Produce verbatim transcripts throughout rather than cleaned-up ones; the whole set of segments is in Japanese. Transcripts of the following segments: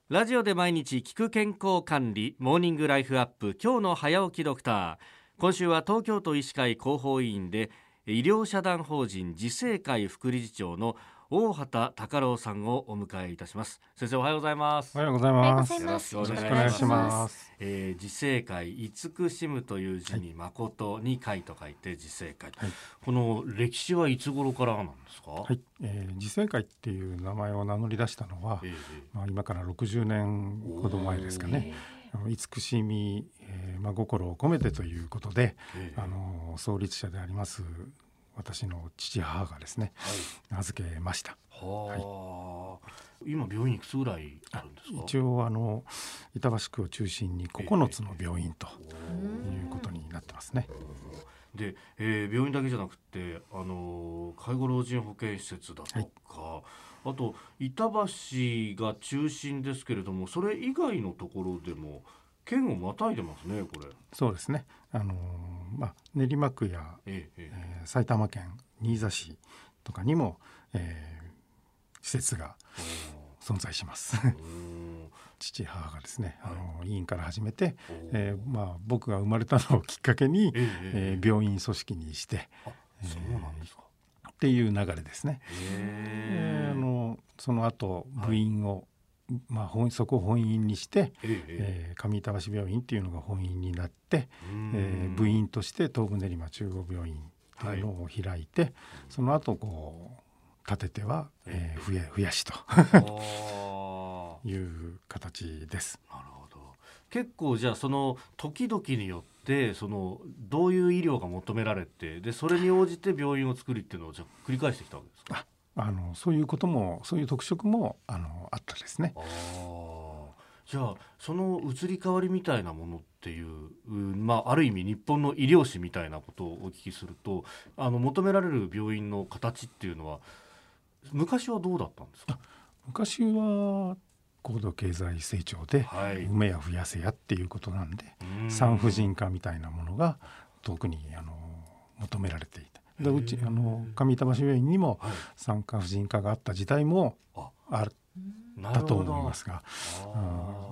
ラジオで毎日聞く健康管理モーニングライフアップ、今日の早起きドクター。今週は東京都医師会広報委員で医療社団法人自生会副理事長の大畑隆郎さんをお迎えいたします。先生、おはようございます。 おはようございます。 よろしくお願いします。えー、自生会、慈しむという字に誠に会と書いて自生会、はい、この歴史はいつ頃からなんですか？ はい、えー、自生会っていう名前を名乗り出したのは、えーまあ、今からろくじゅうねんほど前ですかね。慈しみ、えーまあ、心を込めてということで、えー、あの創立者であります私の父母がですね、はい、名付けました。 は、はい、今病院いくつぐらいあるんですか？ 一応あの板橋区を中心にここのつの病院ということになってますね。 で、えー、病院だけじゃなくて、あの介護老人保健施設だとか、はい、あと板橋が中心ですけれども、それ以外のところでも県をまたいでますね。これそうですね、あのーまあ、練馬区や、えええー、埼玉県新座市とかにも、えー、施設が存在します父母がですね、あのー、委員から始めて、えーまあ、僕が生まれたのをきっかけに、えええー、病院組織にして、 あ、そうなんですか、 えー、っていう流れですね。えー、あのその後部員を、はい、まあ、本そこを本院にして、えええー、上板橋病院っていうのが本院になって、えー、部員として東武練馬中央病院っていうのを開いて、はい、その後こう立てては、えー、増や、増やしという形です。 なるほど。結構じゃあその時々によってそのどういう医療が求められて、でそれに応じて病院を作るっていうのをじゃあ繰り返してきたわけですか？ あのそういうことも、そういう特色も あのあったですね。 あ、じゃあその移り変わりみたいなものっていう、まあ、ある意味日本の医療史みたいなことをお聞きすると、あの求められる病院の形っていうのは昔はどうだったんですか？ 昔は高度経済成長で、はい、埋めや増やせやっていうことなんで、産婦人科みたいなものが特にあの求められていた。でうちあの上板橋病院にも産科婦人科があった時代もあったと思いますが、うん、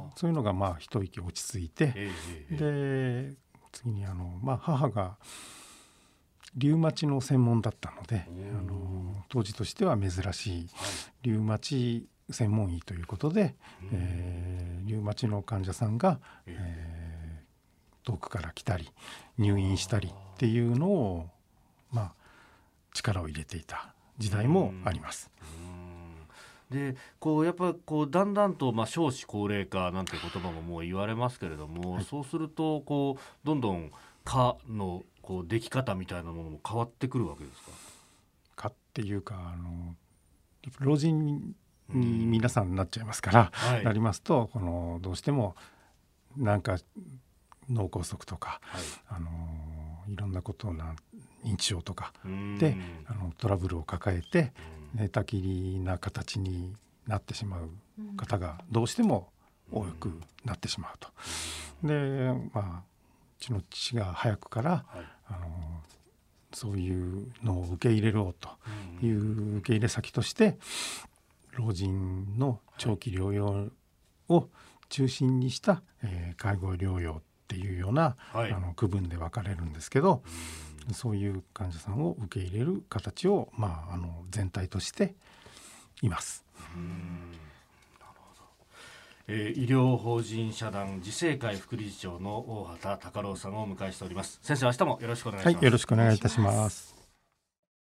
そういうのがまあ一息落ち着いて、で次にあの、まあ、母がリウマチの専門だったので、あの当時としては珍しいリウマチ専門医ということで、えー、リウマチの患者さんが、えー、遠くから来たり入院したりっていうのをまあ、力を入れていた時代もあります。 うん、でこうやっぱこうだんだんと、まあ、少子高齢化なんて言葉ももう言われますけれども、はい、そうするとこうどんどん科のこうでき方みたいなものも変わってくるわけですか？ 科っていうかあの老人に皆さんなっちゃいますから、はい、なりますとこのどうしてもなんか脳梗塞とか、はい、あのいろんなことな認知症とかであのトラブルを抱えて寝たきりな形になってしまう方がどうしても多くなってしまうと。で、まあ、うちの父が早くから、はい、あのそういうのを受け入れろという受け入れ先として老人の長期療養を中心にした、えー、介護療養っていうような、はい、あの区分で分かれるんですけど、そういう患者さんを受け入れる形を、まあ、あの全体としています。 うーん、なるほど。えー、医療法人社団自生会副理事長の大畑隆郎さんをお迎えしております。先生、明日もよろしくお願いします。 はい、よろしくお願いいたします。